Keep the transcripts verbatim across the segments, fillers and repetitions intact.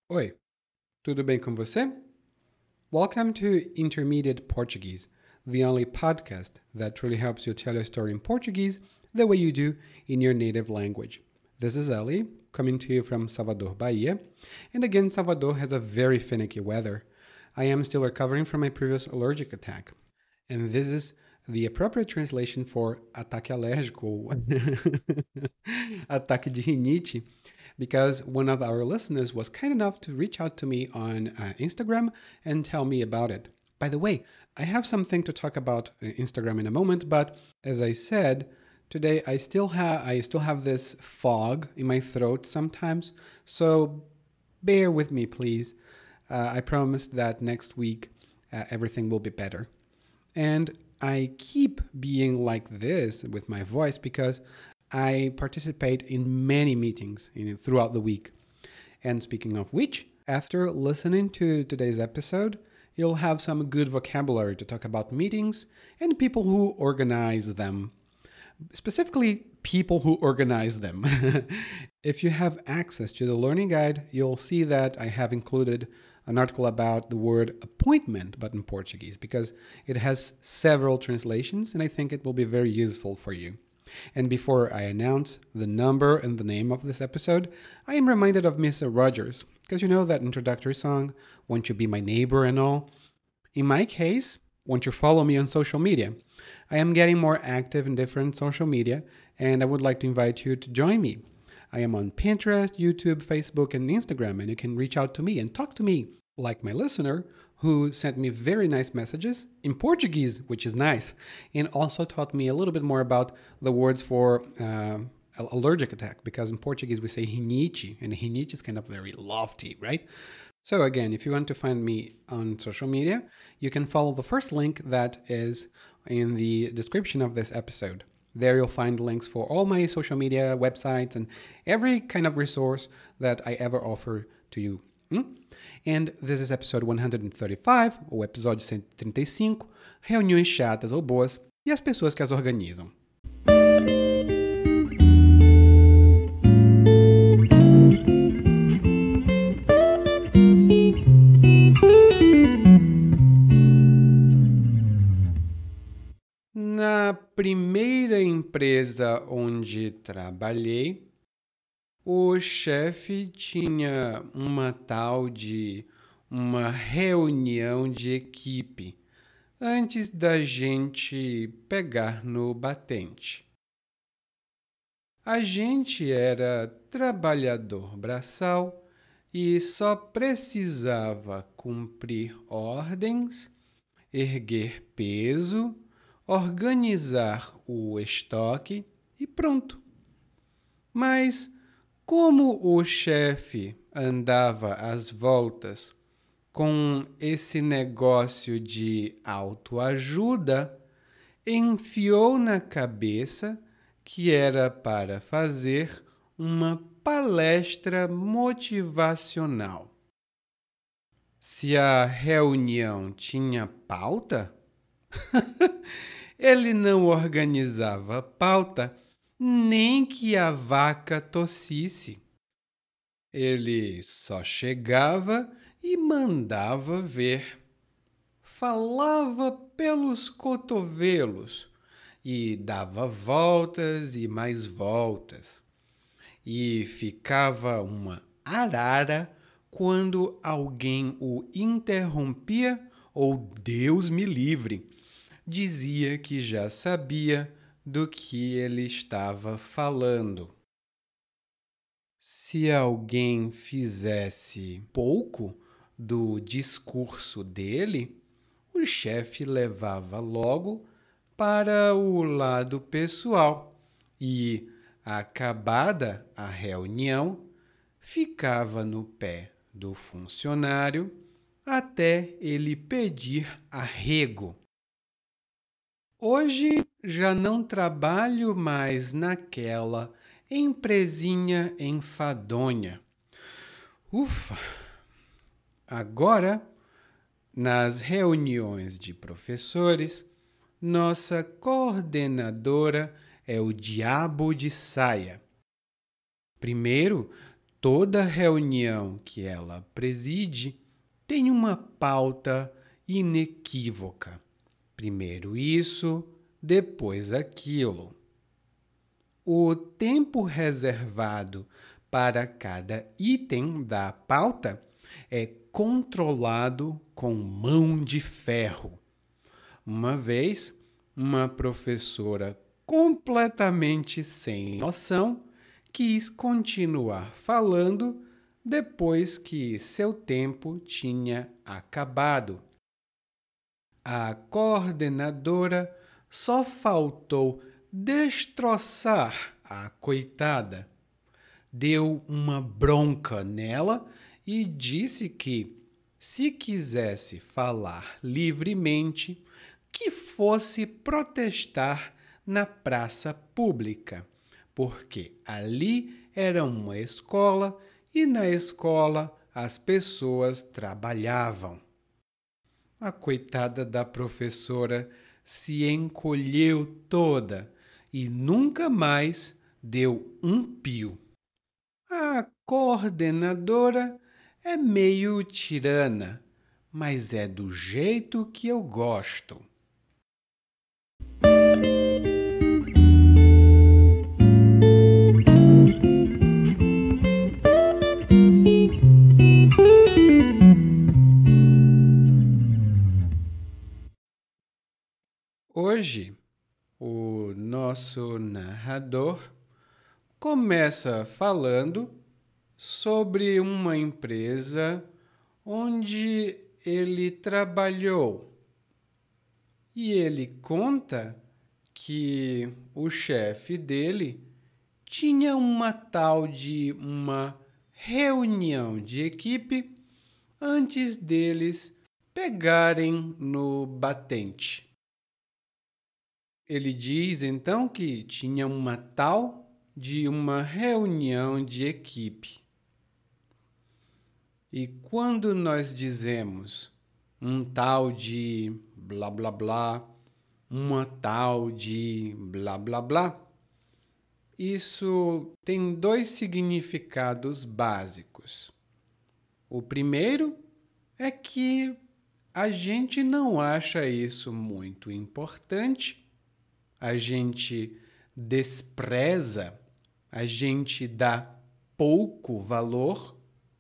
Oi, tudo bem com você? Welcome to Intermediate Portuguese, the only podcast that truly helps you tell your story in Portuguese the way you do in your native language. This is Ellie, coming to you from Salvador, Bahia. And again, Salvador has a very finicky weather. I am still recovering from my previous allergic attack. And this is the appropriate translation for ataque alérgico, ataque de rinite, because one of our listeners was kind enough to reach out to me on uh, Instagram and tell me about it. By the way, I have something to talk about uh, Instagram in a moment, but as I said, today I still have I still have this fog in my throat sometimes, so bear with me, please. Uh, I promise that next week uh, everything will be better. And I keep being like this with my voice because I participate in many meetings in, throughout the week. And speaking of which, after listening to today's episode, you'll have some good vocabulary to talk about meetings and people who organize them. Specifically, people who organize them. If you have access to the learning guide, you'll see that I have included an article about the word appointment, but in Portuguese, because it has several translations and I think it will be very useful for you. And before I announce the number and the name of this episode, I am reminded of Mister Rogers, because you know that introductory song, Won't You Be My Neighbor and all? In my case, won't you follow me on social media? I am getting more active in different social media, and I would like to invite you to join me. I am on Pinterest, YouTube, Facebook, and Instagram, and you can reach out to me and talk to me, like my listener, who sent me very nice messages in Portuguese, which is nice, and also taught me a little bit more about the words for uh, allergic attack, because in Portuguese we say rinite, and rinite is kind of very lofty, right? So again, if you want to find me on social media, you can follow the first link that is in the description of this episode. There you'll find links for all my social media, websites, and every kind of resource that I ever offer to you. Hmm? And this is episode one thirty-five, ou episódio cento e trinta e cinco, reuniões chatas ou boas e as pessoas que as organizam. Na primeira empresa onde trabalhei, o chefe tinha uma tal de uma reunião de equipe antes da gente pegar no batente. A gente era trabalhador braçal e só precisava cumprir ordens, erguer peso, organizar o estoque e pronto. Mas como o chefe andava às voltas com esse negócio de autoajuda, enfiou na cabeça que era para fazer uma palestra motivacional. Se a reunião tinha pauta, ele não organizava pauta nem que a vaca tossisse. Ele só chegava e mandava ver. Falava pelos cotovelos e dava voltas e mais voltas. E ficava uma arara quando alguém o interrompia ou, Deus me livre, dizia que já sabia do que ele estava falando. Se alguém fizesse pouco do discurso dele, o chefe levava logo para o lado pessoal e, acabada a reunião, ficava no pé do funcionário até ele pedir arrego. Hoje já não trabalho mais naquela empresinha enfadonha. Ufa! Agora, nas reuniões de professores, nossa coordenadora é o diabo de saia. Primeiro, Toda reunião que ela preside tem uma pauta inequívoca. Primeiro isso, depois aquilo. O tempo reservado para cada item da pauta é controlado com mão de ferro. Uma vez, uma professora completamente sem noção quis continuar falando depois que seu tempo tinha acabado. A coordenadora só faltou destroçar a coitada. Deu uma bronca nela e disse que, se quisesse falar livremente, que fosse protestar na praça pública, porque ali era uma escola e na escola as pessoas trabalhavam. A coitada da professora se encolheu toda e nunca mais deu um pio. A coordenadora é meio tirana, mas é do jeito que eu gosto. Hoje, o nosso narrador começa falando sobre uma empresa onde ele trabalhou. E ele conta que o chefe dele tinha uma tal de uma reunião de equipe antes deles pegarem no batente. Ele diz então que tinha uma tal de uma reunião de equipe. E quando nós dizemos um tal de blá blá blá, uma tal de blá blá blá, isso tem dois significados básicos. O primeiro é que a gente não acha isso muito importante, a gente despreza, a gente dá pouco valor,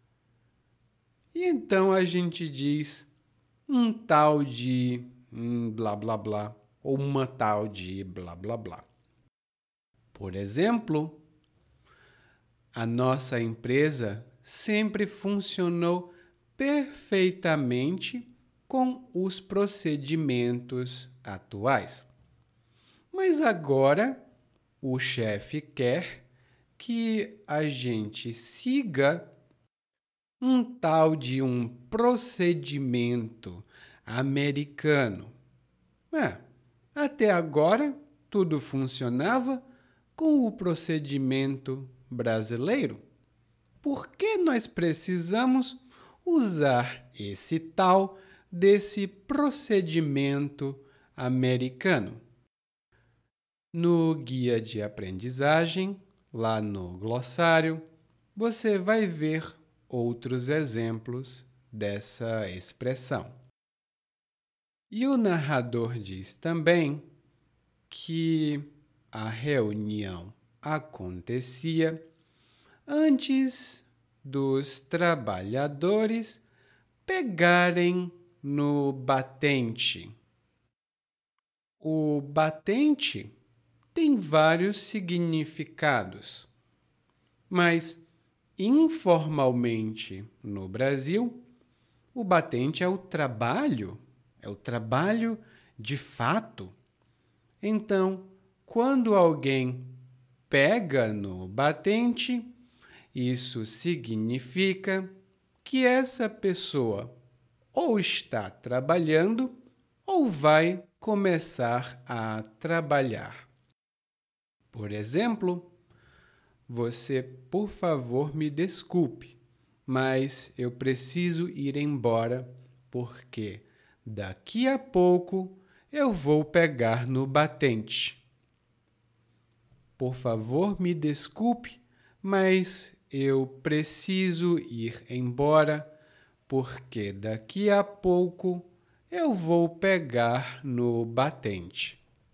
e então a gente diz um tal de hum, blá blá blá, ou uma tal de blá blá blá. Por exemplo, a nossa empresa sempre funcionou perfeitamente com os procedimentos atuais. Mas agora o chefe quer que a gente siga um tal de um procedimento americano. É, até agora tudo funcionava com o procedimento brasileiro. Por que nós precisamos usar esse tal desse procedimento americano? No guia de aprendizagem, lá no glossário, você vai ver outros exemplos dessa expressão. E o narrador diz também que a reunião acontecia antes dos trabalhadores pegarem no batente. O batente tem vários significados, mas informalmente no Brasil, o batente é o trabalho, é o trabalho de fato. Então, quando alguém pega no batente, isso significa que essa pessoa ou está trabalhando ou vai começar a trabalhar. Por exemplo, você, por favor, me desculpe, mas eu preciso ir embora porque daqui a pouco eu vou pegar no batente. Por favor, me desculpe, mas eu preciso ir embora, porque daqui a pouco eu vou pegar no batente.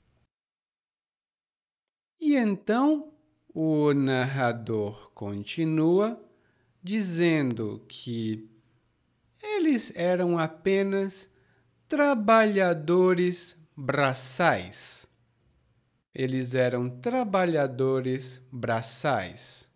E então o narrador continua dizendo que eles eram apenas trabalhadores braçais. Eles eram trabalhadores braçais.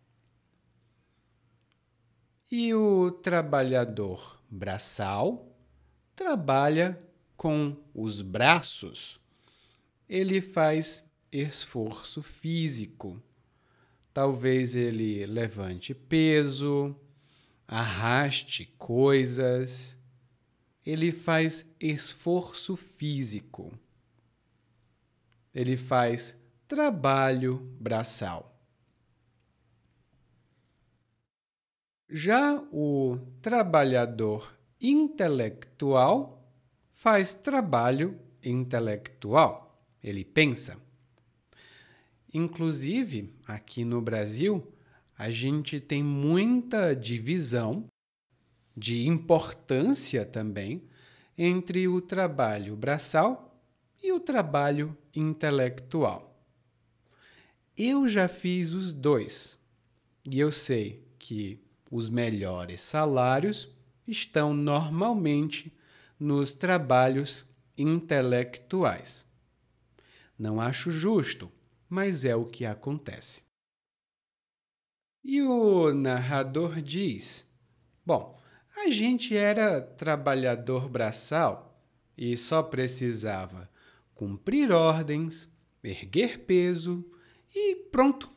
E o trabalhador braçal trabalha com os braços. Ele faz esforço físico. Talvez ele levante peso, arraste coisas. Ele faz esforço físico. Ele faz trabalho braçal. Já o trabalhador intelectual faz trabalho intelectual. Ele pensa. Inclusive, aqui no Brasil, a gente tem muita divisão de importância também entre o trabalho braçal e o trabalho intelectual. Eu já fiz os dois e eu sei que os melhores salários estão normalmente nos trabalhos intelectuais. Não acho justo, mas é o que acontece. E o narrador diz: bom, a gente era trabalhador braçal e só precisava cumprir ordens, erguer peso e pronto.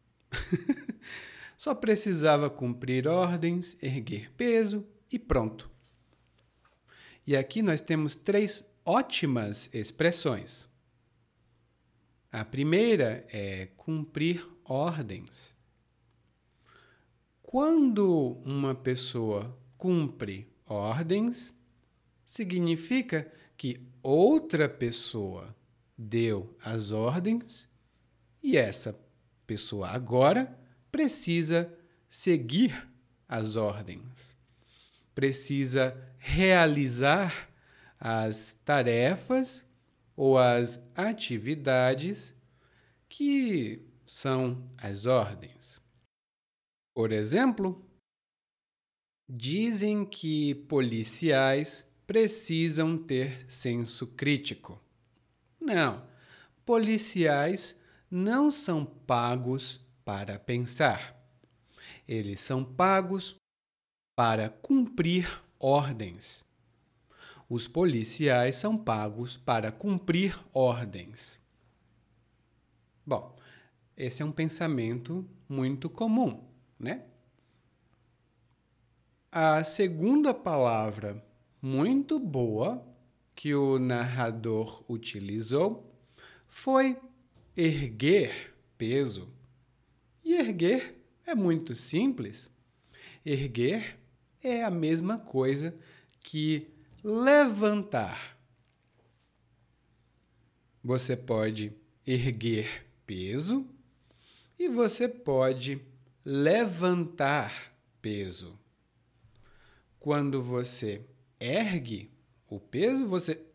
Só precisava cumprir ordens, erguer peso e pronto. E aqui nós temos três ótimas expressões. A primeira é cumprir ordens. Quando uma pessoa cumpre ordens, significa que outra pessoa deu as ordens e essa pessoa agora precisa seguir as ordens. Precisa realizar as tarefas ou as atividades que são as ordens. Por exemplo, dizem que policiais precisam ter senso crítico. Não, policiais não são pagos para pensar. Eles são pagos para cumprir ordens. Os policiais são pagos para cumprir ordens. Bom, esse é um pensamento muito comum, né? A segunda palavra muito boa que o narrador utilizou foi erguer peso. E erguer é muito simples. Erguer é a mesma coisa que levantar. Você pode erguer peso e você pode levantar peso. Quando você ergue o peso, você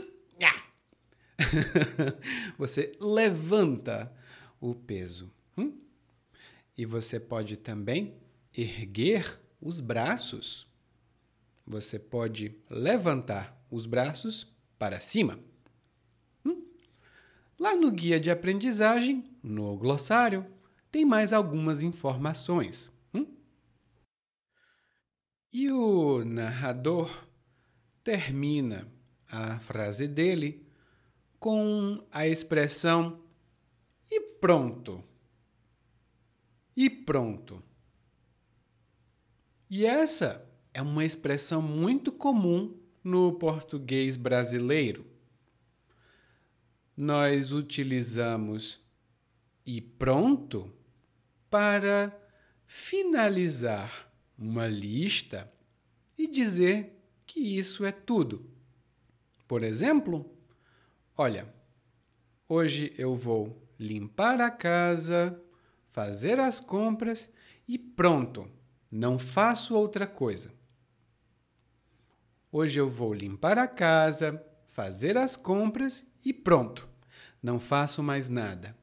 você levanta o peso. Hum? E você pode também erguer os braços. Você pode levantar os braços para cima. Hum? Lá no guia de aprendizagem, no glossário, tem mais algumas informações. Hum? E o narrador termina a frase dele com a expressão "e pronto". E pronto. E essa é uma expressão muito comum no português brasileiro. Nós utilizamos "e pronto" para finalizar uma lista e dizer que isso é tudo. Por exemplo, olha, hoje eu vou limpar a casa, fazer as compras e pronto, não faço outra coisa. Hoje eu vou limpar a casa, fazer as compras e pronto, não faço mais nada.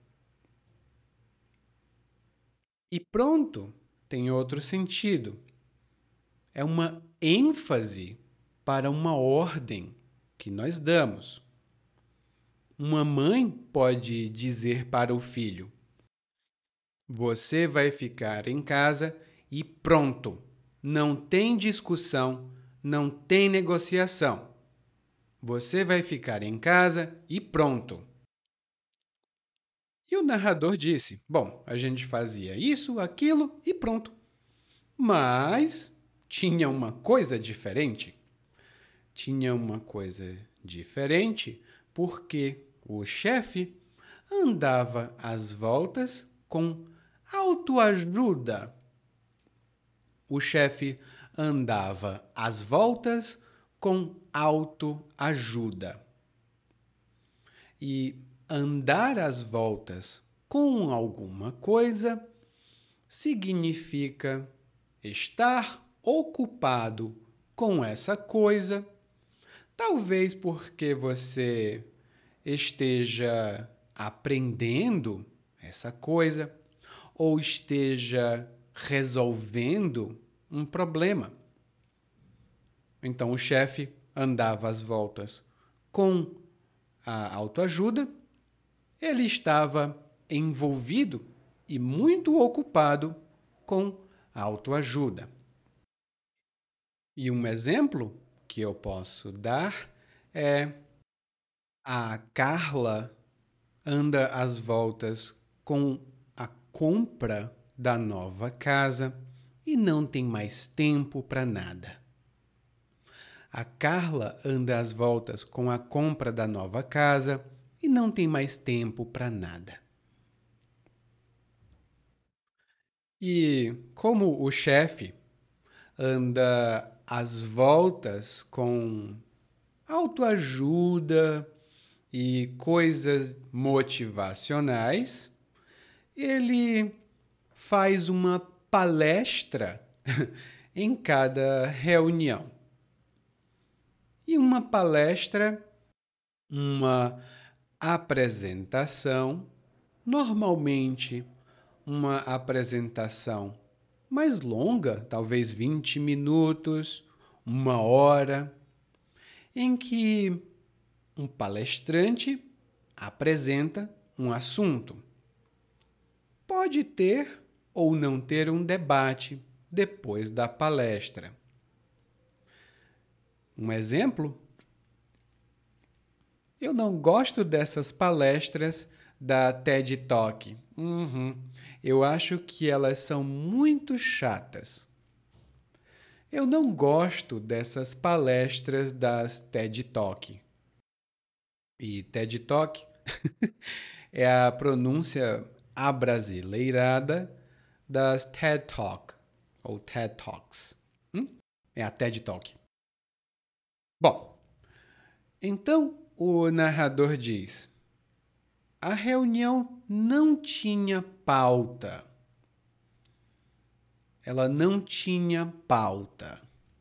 E pronto tem outro sentido. É uma ênfase para uma ordem que nós damos. Uma mãe pode dizer para o filho: você vai ficar em casa e pronto. Não tem discussão, não tem negociação. Você vai ficar em casa e pronto. E o narrador disse: bom, a gente fazia isso, aquilo e pronto. Mas tinha uma coisa diferente. Tinha uma coisa diferente porque o chefe andava às voltas com autoajuda. O chefe andava às voltas com autoajuda. E andar às voltas com alguma coisa significa estar ocupado com essa coisa, talvez porque você esteja aprendendo essa coisa ou esteja resolvendo um problema. Então o chefe andava às voltas com a autoajuda, ele estava envolvido e muito ocupado com a autoajuda. E um exemplo que eu posso dar é: a Carla anda às voltas com a compra da nova casa e não tem mais tempo para nada. A Carla anda às voltas com a compra da nova casa e não tem mais tempo para nada. E como o chefe anda às voltas com autoajuda e coisas motivacionais, ele faz uma palestra em cada reunião. E uma palestra, uma apresentação, normalmente uma apresentação mais longa, talvez vinte minutos, uma hora, em que um palestrante apresenta um assunto. Pode ter ou não ter um debate depois da palestra. Um exemplo? Eu não gosto dessas palestras da TED Talk. Uhum. Eu acho que elas são muito chatas. Eu não gosto dessas palestras das TED Talk. E TED Talk é a pronúncia abrasileirada das TED Talk ou TED Talks. Hum? É a TED Talk. Bom, então o narrador diz: a reunião não tinha pauta. Ela não tinha pauta.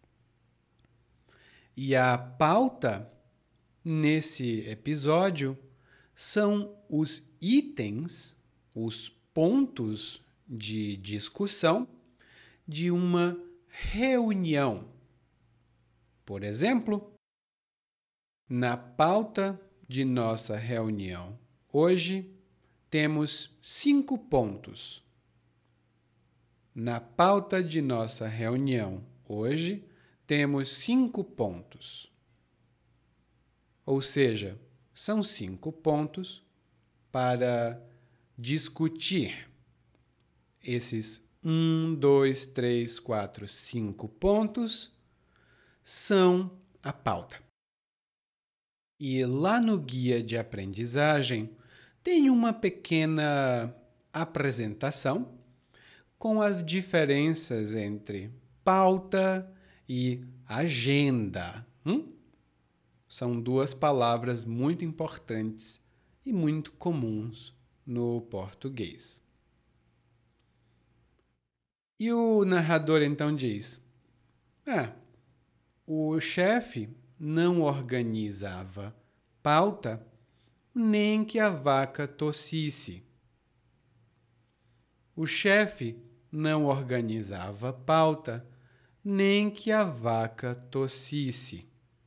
E a pauta, nesse episódio, são os itens, os pontos de discussão de uma reunião. Por exemplo, na pauta de nossa reunião hoje, temos cinco pontos. Na pauta de nossa reunião hoje, temos cinco pontos. Ou seja, são cinco pontos para discutir. Esses um, dois, três, quatro, cinco pontos são a pauta. E lá no guia de aprendizagem tem uma pequena apresentação com as diferenças entre pauta e agenda. Hum? São duas palavras muito importantes e muito comuns no português. E o narrador então diz: Ah, o chefe não organizava pauta nem que a vaca tossisse. O chefe não organizava pauta nem que a vaca tossisse.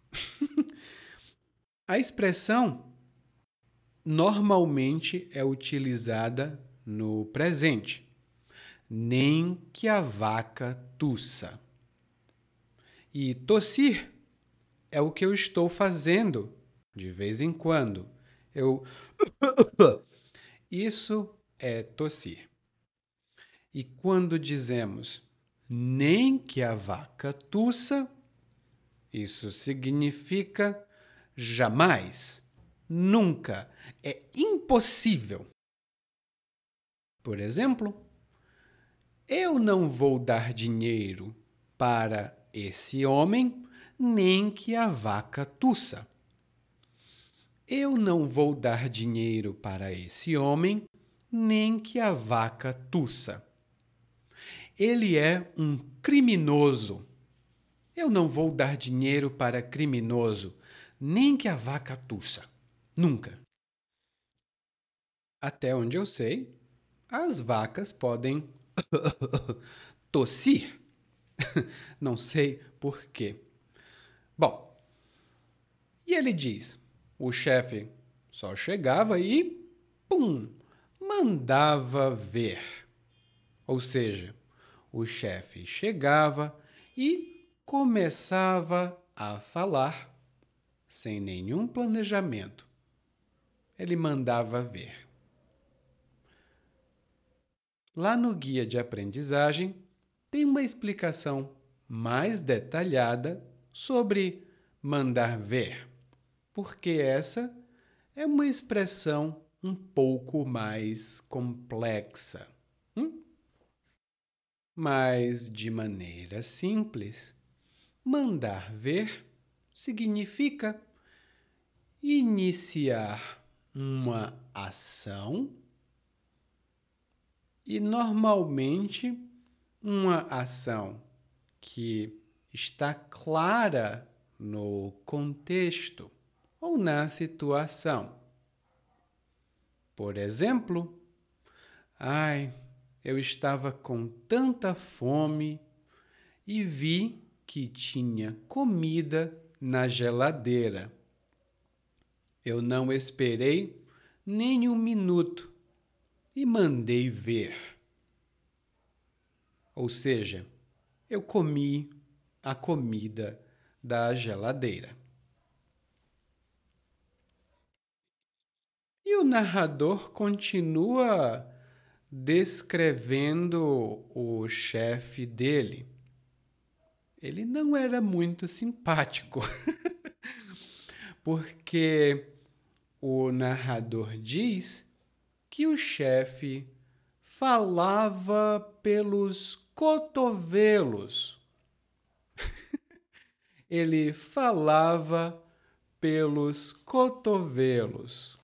A expressão normalmente é utilizada no presente, nem que a vaca tussa. E tossir é o que eu estou fazendo de vez em quando. Eu Isso é tossir. E quando dizemos nem que a vaca tussa, isso significa jamais, nunca, é impossível. Por exemplo, eu não vou dar dinheiro para esse homem, nem que a vaca tussa. Eu não vou dar dinheiro para esse homem, nem que a vaca tussa. Ele é um criminoso. Eu não vou dar dinheiro para criminoso, nem que a vaca tussa. Nunca. Até onde eu sei, as vacas podem tossir. Não sei por quê. Bom, e ele diz: o chefe só chegava e, pum, mandava ver. Ou seja, o chefe chegava e começava a falar sem nenhum planejamento. Ele mandava ver. Lá no guia de aprendizagem tem uma explicação mais detalhada sobre mandar ver, porque essa é uma expressão um pouco mais complexa. Hum? Mas, de maneira simples, mandar ver significa iniciar uma ação e, normalmente, uma ação que está clara no contexto ou na situação. Por exemplo, ai, eu estava com tanta fome e vi que tinha comida na geladeira. Eu não esperei nem um minuto e mandei ver. Ou seja, eu comi a comida da geladeira. E o narrador continua descrevendo o chefe dele. Ele não era muito simpático, porque o narrador diz que o chefe falava pelos cotovelos. Ele falava pelos cotovelos.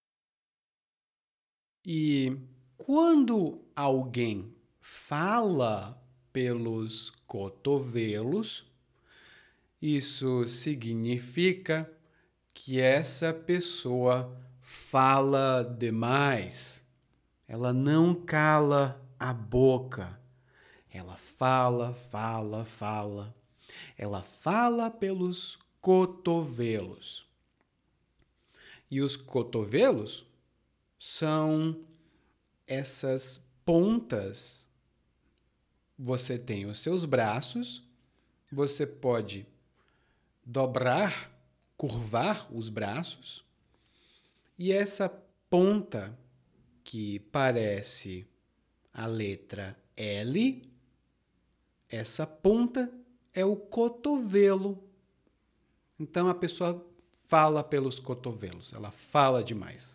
E quando alguém fala pelos cotovelos, isso significa que essa pessoa fala demais. Ela não cala a boca. Ela fala, fala, fala. Ela fala pelos cotovelos. E os cotovelos são essas pontas. Você tem os seus braços, você pode dobrar, curvar os braços, e essa ponta que parece a letra L, essa ponta é o cotovelo. Então a pessoa fala pelos cotovelos, ela fala demais.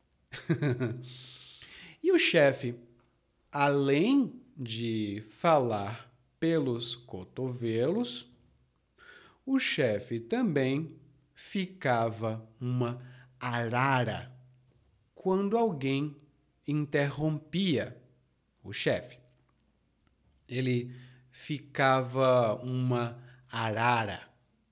E o chefe, além de falar pelos cotovelos, o chefe também ficava uma arara quando alguém interrompia o chefe. Ele ficava uma arara.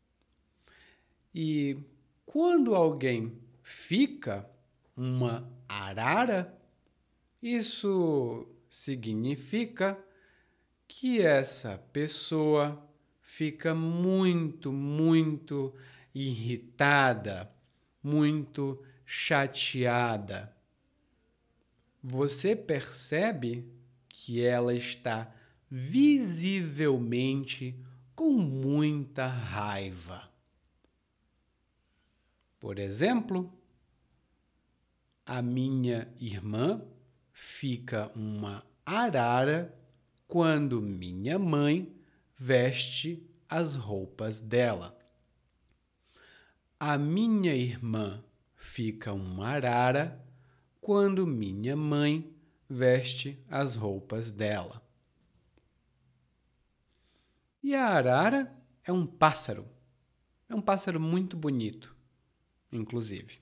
E quando alguém fica uma arara, isso significa que essa pessoa fica muito, muito irritada, muito chateada. Você percebe que ela está visivelmente com muita raiva. Por exemplo, a minha irmã fica uma arara quando minha mãe veste as roupas dela. A minha irmã fica uma arara quando minha mãe veste as roupas dela. E a arara é um pássaro. É um pássaro muito bonito, inclusive.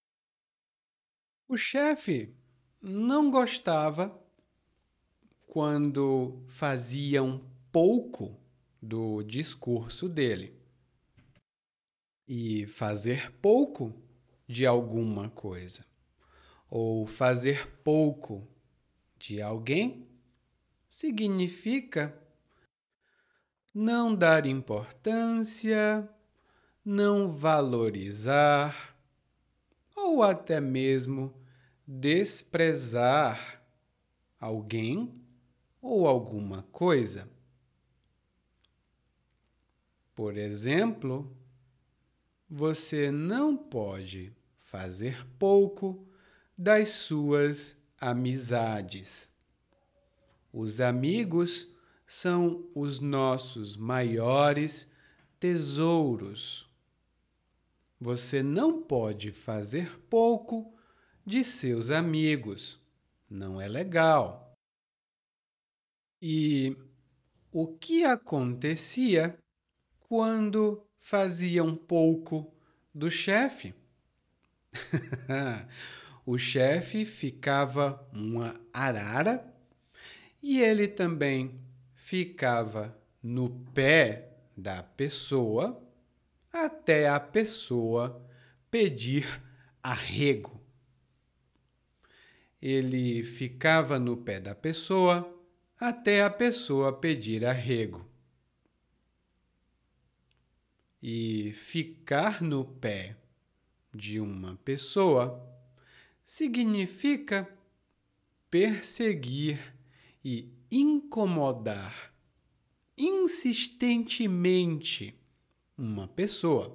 O chefe não gostava quando faziam pouco do discurso dele. E fazer pouco de alguma coisa, ou fazer pouco de alguém, significa não dar importância, não valorizar, ou até mesmo desprezar alguém ou alguma coisa. Por exemplo, você não pode fazer pouco das suas amizades. Os amigos são os nossos maiores tesouros. Você não pode fazer pouco de seus amigos. Não é legal. E o que acontecia quando faziam pouco do chefe? O chefe ficava uma arara e ele também ficava no pé da pessoa até a pessoa pedir arrego. Ele ficava no pé da pessoa até a pessoa pedir arrego. E ficar no pé de uma pessoa significa perseguir e incomodar insistentemente uma pessoa.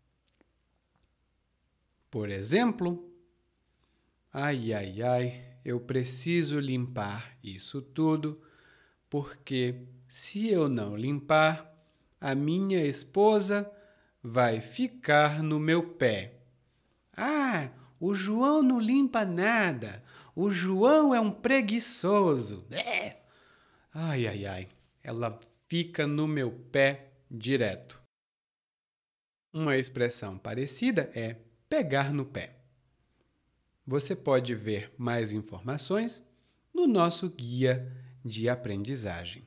Por exemplo, ai, ai, ai, eu preciso limpar isso tudo, porque se eu não limpar, a minha esposa vai ficar no meu pé. Ah, o João não limpa nada. O João é um preguiçoso. É. Ai, ai, ai. Ela fica no meu pé direto. Uma expressão parecida é pegar no pé. Você pode ver mais informações no nosso guia de aprendizagem.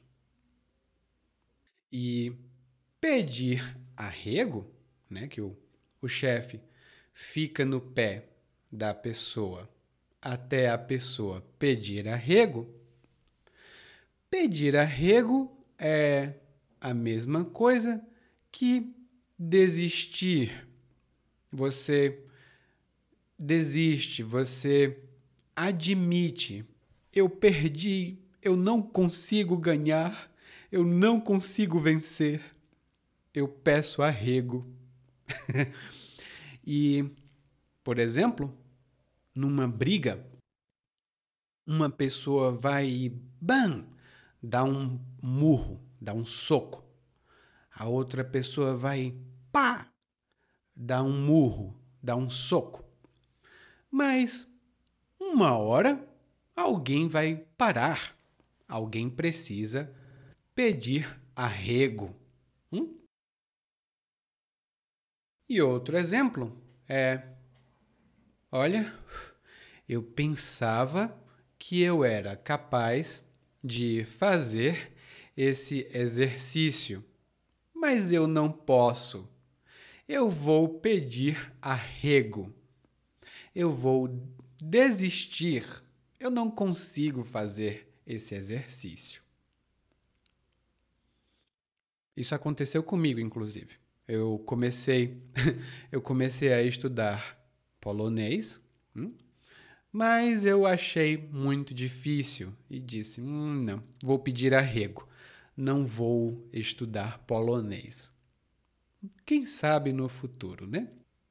E pedir arrego, né, que o, o chefe fica no pé da pessoa até a pessoa pedir arrego. Pedir arrego é a mesma coisa que desistir. Você desiste, você admite. Eu perdi, eu não consigo ganhar, eu não consigo vencer. Eu peço arrego. E, por exemplo, numa briga, uma pessoa vai e bam, dá um murro, dá um soco. A outra pessoa vai pá, dá um murro, dá um soco. Mas uma hora alguém vai parar. Alguém precisa pedir arrego. Hum? E outro exemplo é: olha, eu pensava que eu era capaz de fazer esse exercício, mas eu não posso. Eu vou pedir arrego. Eu vou desistir. Eu não consigo fazer esse exercício. Isso aconteceu comigo, inclusive. Eu comecei, eu comecei a estudar polonês, hum? Mas eu achei muito difícil e disse, hum, não, vou pedir arrego. Não vou estudar polonês. Quem sabe no futuro, né?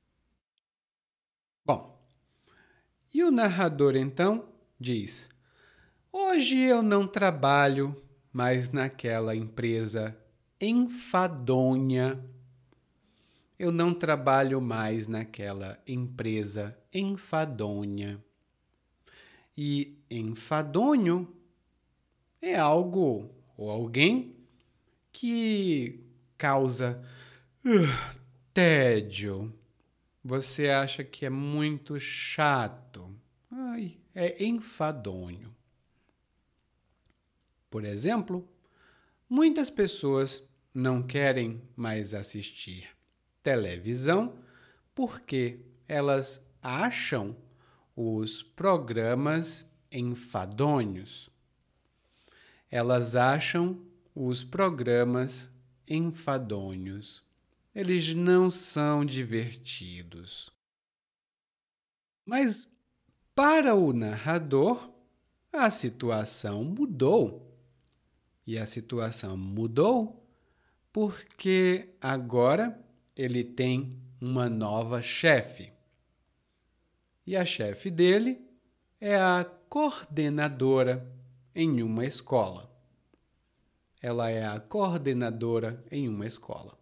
Bom, e o narrador então diz: hoje eu não trabalho mais naquela empresa enfadonha. Eu não trabalho mais naquela empresa enfadonha. E enfadonho é algo ou alguém que causa uh, tédio. Você acha que é muito chato. Ai, é enfadonho. Por exemplo, muitas pessoas não querem mais assistir televisão porque elas acham os programas enfadonhos. Elas acham os programas enfadonhos. Eles não são divertidos. Mas, para o narrador, a situação mudou. E a situação mudou porque agora ele tem uma nova chefe. E a chefe dele é a coordenadora em uma escola. Ela é a coordenadora em uma escola.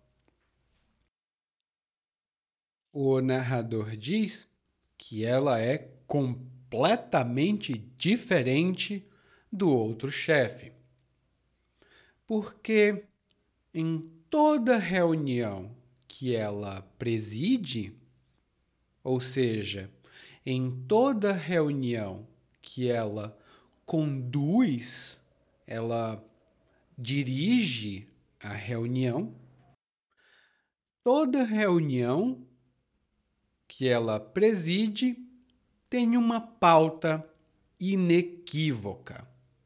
O narrador diz que ela é completamente diferente do outro chefe. Porque em toda reunião que ela preside, ou seja, em toda reunião que ela conduz, ela dirige a reunião, toda reunião que ela preside tem uma pauta inequívoca.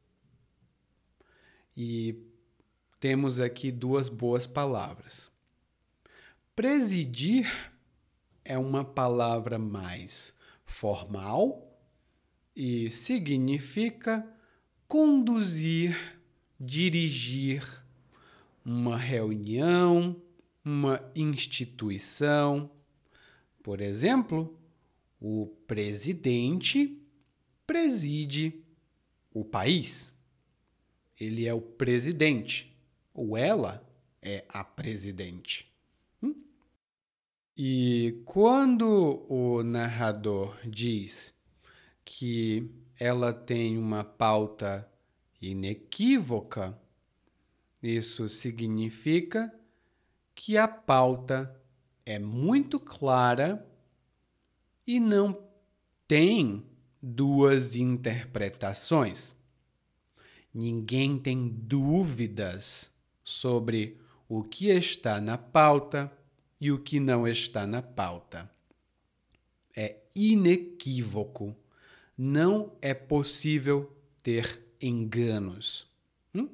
E temos aqui duas boas palavras. Presidir é uma palavra mais formal e significa conduzir, dirigir uma reunião, uma instituição. Por exemplo, o presidente preside o país. Ele é o presidente, ou ela é a presidente. Hum? E quando o narrador diz que ela tem uma pauta inequívoca, isso significa que a pauta é muito clara e não tem duas interpretações. Ninguém tem dúvidas sobre o que está na pauta e o que não está na pauta. É inequívoco. Não é possível ter enganos. Hum?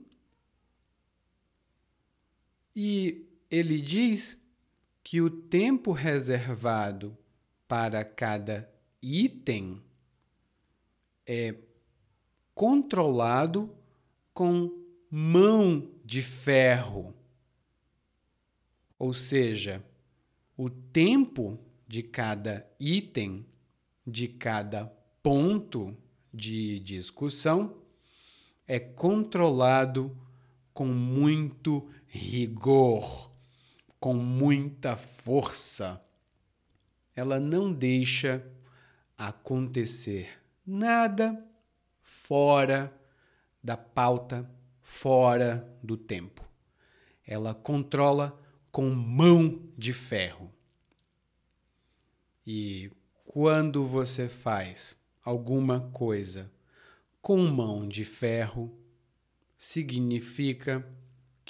E ele diz que o tempo reservado para cada item é controlado com mão de ferro. Ou seja, o tempo de cada item, de cada ponto de discussão, é controlado com muito rigor, com muita força. Ela não deixa acontecer nada fora da pauta, fora do tempo. Ela controla com mão de ferro. E quando você faz alguma coisa com mão de ferro, significa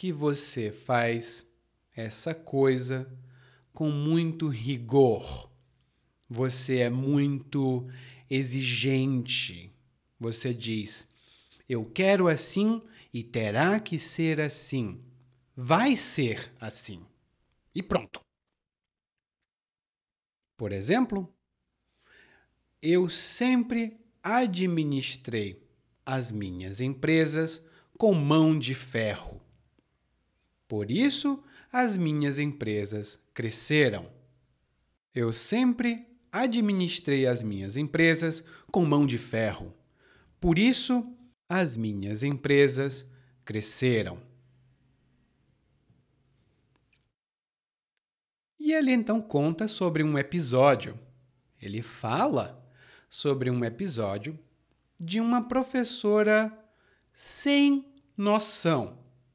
que você faz essa coisa com muito rigor. Você é muito exigente. Você diz: eu quero assim e terá que ser assim. Vai ser assim. E pronto. Por exemplo, eu sempre administrei as minhas empresas com mão de ferro. Por isso, as minhas empresas cresceram. Eu sempre administrei as minhas empresas com mão de ferro. Por isso, as minhas empresas cresceram. E ele então conta sobre um episódio. Ele fala sobre um episódio de uma professora sem noção.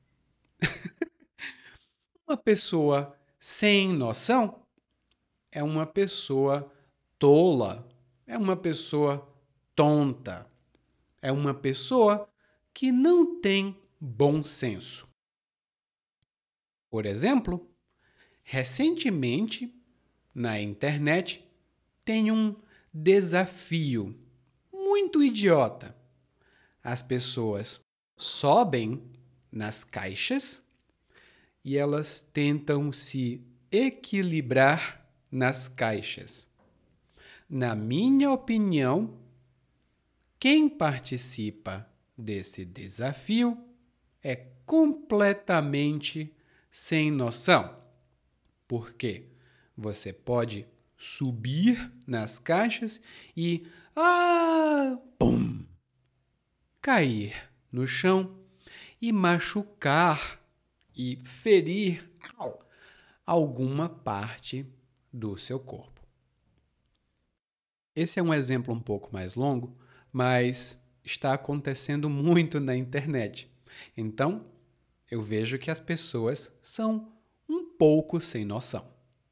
Uma pessoa sem noção é uma pessoa tola, é uma pessoa tonta, é uma pessoa que não tem bom senso. Por exemplo, recentemente, na internet, tem um desafio muito idiota. As pessoas sobem nas caixas e elas tentam se equilibrar nas caixas. Na minha opinião, quem participa desse desafio é completamente sem noção. Porque você pode subir nas caixas e ah, pum, cair no chão e machucar e ferir au, alguma parte do seu corpo. Esse é um exemplo um pouco mais longo, mas está acontecendo muito na internet. Então, eu vejo que as pessoas são um pouco sem noção.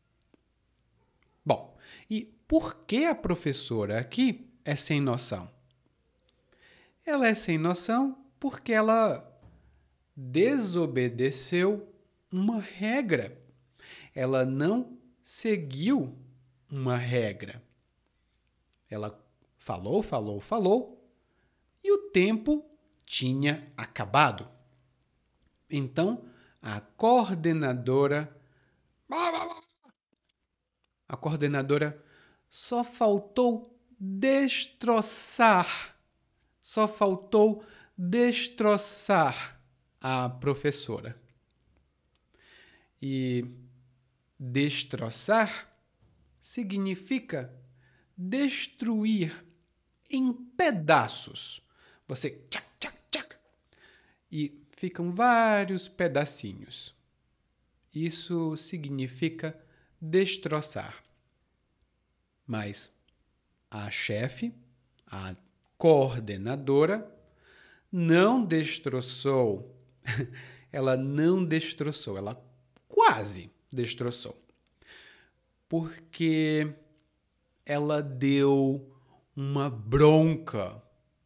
Bom, e por que a professora aqui é sem noção? Ela é sem noção porque ela desobedeceu uma regra. Ela não seguiu uma regra. Ela falou, falou, falou e o tempo tinha acabado. Então, a coordenadora a coordenadora só faltou destroçar, só faltou destroçar a professora. E destroçar significa destruir em pedaços. Você tchac, tchac, tchac, e ficam vários pedacinhos. Isso significa destroçar. Mas a chefe, a coordenadora, não destroçou. Ela não destroçou, ela quase destroçou. Porque ela deu uma bronca.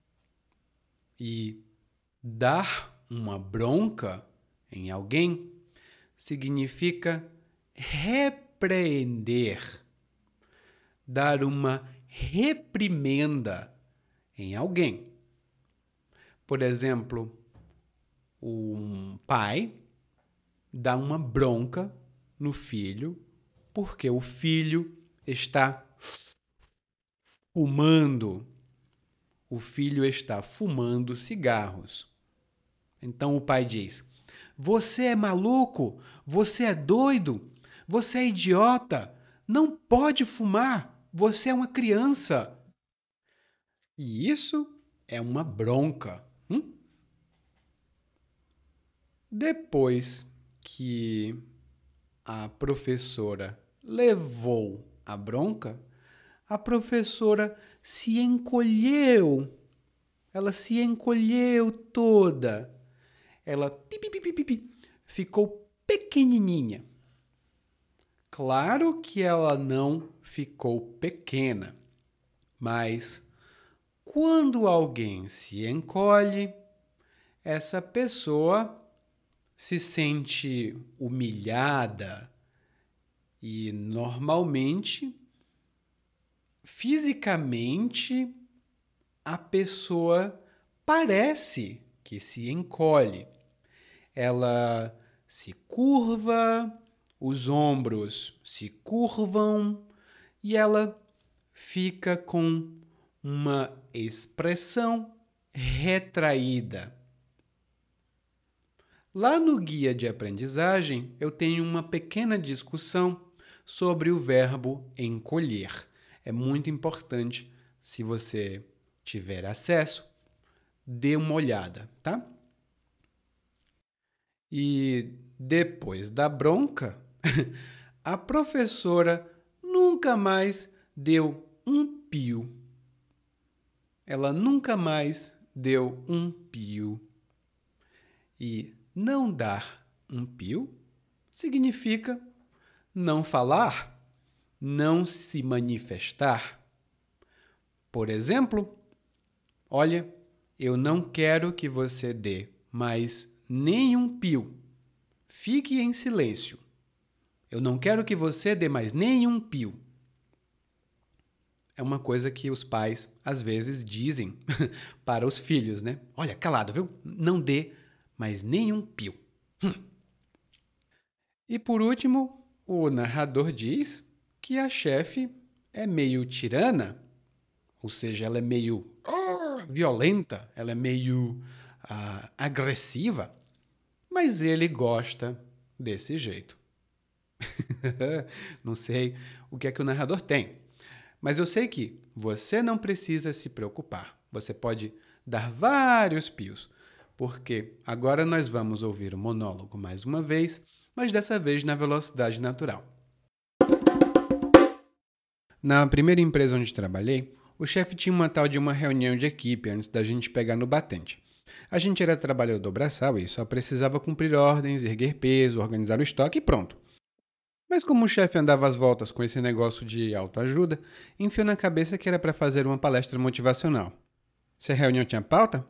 E dar uma bronca em alguém significa repreender, dar uma reprimenda em alguém. Por exemplo, um pai dá uma bronca no filho porque o filho está fumando. O filho está fumando cigarros. Então o pai diz: você é maluco, você é doido, você é idiota, não pode fumar, você é uma criança. E isso é uma bronca. Hum? Depois que a professora levou a bronca, a professora se encolheu. Ela se encolheu toda. Ela pi, pi, pi, pi, pi, ficou pequenininha. Claro que ela não ficou pequena, mas quando alguém se encolhe, essa pessoa se sente humilhada e, normalmente, fisicamente, a pessoa parece que se encolhe. Ela se curva, os ombros se curvam e ela fica com uma expressão retraída. Lá no guia de aprendizagem, eu tenho uma pequena discussão sobre o verbo encolher. É muito importante, se você tiver acesso, dê uma olhada, tá? E depois da bronca, a professora nunca mais deu um pio. Ela nunca mais deu um pio. E não dar um pio significa não falar, não se manifestar. Por exemplo, olha, eu não quero que você dê mais nenhum pio. Fique em silêncio. Eu não quero que você dê mais nenhum pio. É uma coisa que os pais, às vezes, dizem para os filhos, né? Olha, calado, viu? Não dê mais nenhum pio. Hum. E por último, o narrador diz que a chefe é meio tirana, ou seja, ela é meio uh, violenta, ela é meio uh, agressiva, mas ele gosta desse jeito. Não sei o que é que o narrador tem, mas eu sei que você não precisa se preocupar. Você pode dar vários pios, porque agora nós vamos ouvir o monólogo mais uma vez, mas dessa vez na velocidade natural. Na primeira empresa onde trabalhei, o chefe tinha uma tal de uma reunião de equipe antes da gente pegar no batente. A gente era trabalhador braçal e só precisava cumprir ordens, erguer peso, organizar o estoque e pronto. Mas como o chefe andava às voltas com esse negócio de autoajuda, enfiou na cabeça que era para fazer uma palestra motivacional. Se a reunião tinha pauta?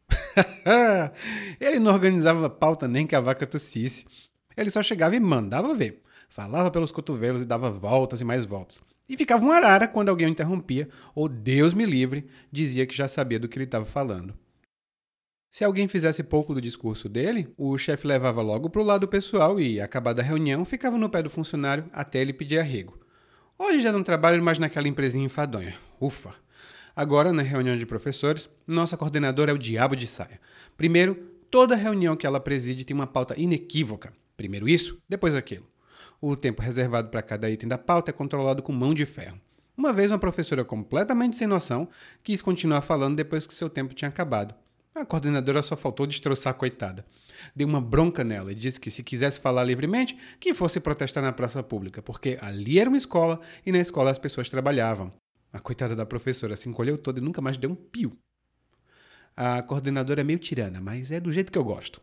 Ele não organizava pauta nem que a vaca tossisse. Ele só chegava e mandava ver. Falava pelos cotovelos e dava voltas e mais voltas. E ficava uma arara quando alguém o interrompia, ou Deus me livre, dizia que já sabia do que ele estava falando. Se alguém fizesse pouco do discurso dele, o chefe levava logo para o lado pessoal e, acabada a reunião, ficava no pé do funcionário até ele pedir arrego. Hoje já não trabalho mais naquela empresinha enfadonha. Ufa! Agora, na reunião de professores, nossa coordenadora é o diabo de saia. Primeiro, toda reunião que ela preside tem uma pauta inequívoca. Primeiro isso, depois aquilo. O tempo reservado para cada item da pauta é controlado com mão de ferro. Uma vez, uma professora completamente sem noção quis continuar falando depois que seu tempo tinha acabado. A coordenadora só faltou destroçar a coitada. Deu uma bronca nela e disse que se quisesse falar livremente, que fosse protestar na praça pública, porque ali era uma escola e na escola as pessoas trabalhavam. A coitada da professora se encolheu toda e nunca mais deu um pio. A coordenadora é meio tirana, mas é do jeito que eu gosto.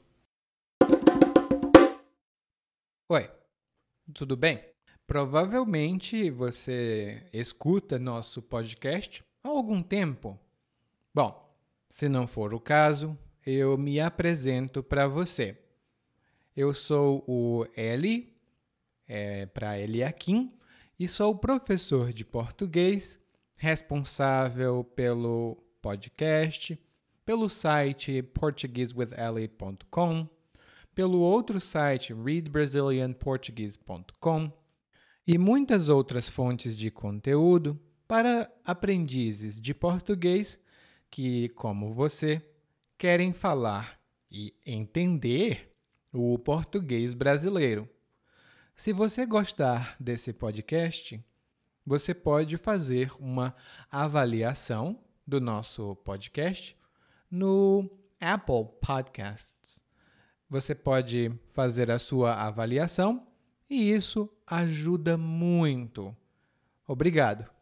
Oi, tudo bem? Provavelmente você escuta nosso podcast há algum tempo. Bom, se não for o caso, eu me apresento para você. Eu sou o Eli, é, para Eliakim, e sou professor de português, responsável pelo podcast, pelo site portuguese with eli ponto com, pelo outro site read brazilian portuguese ponto com e muitas outras fontes de conteúdo para aprendizes de português que, como você, querem falar e entender o português brasileiro. Se você gostar desse podcast, você pode fazer uma avaliação do nosso podcast no Apple Podcasts. Você pode fazer a sua avaliação e isso ajuda muito. Obrigado.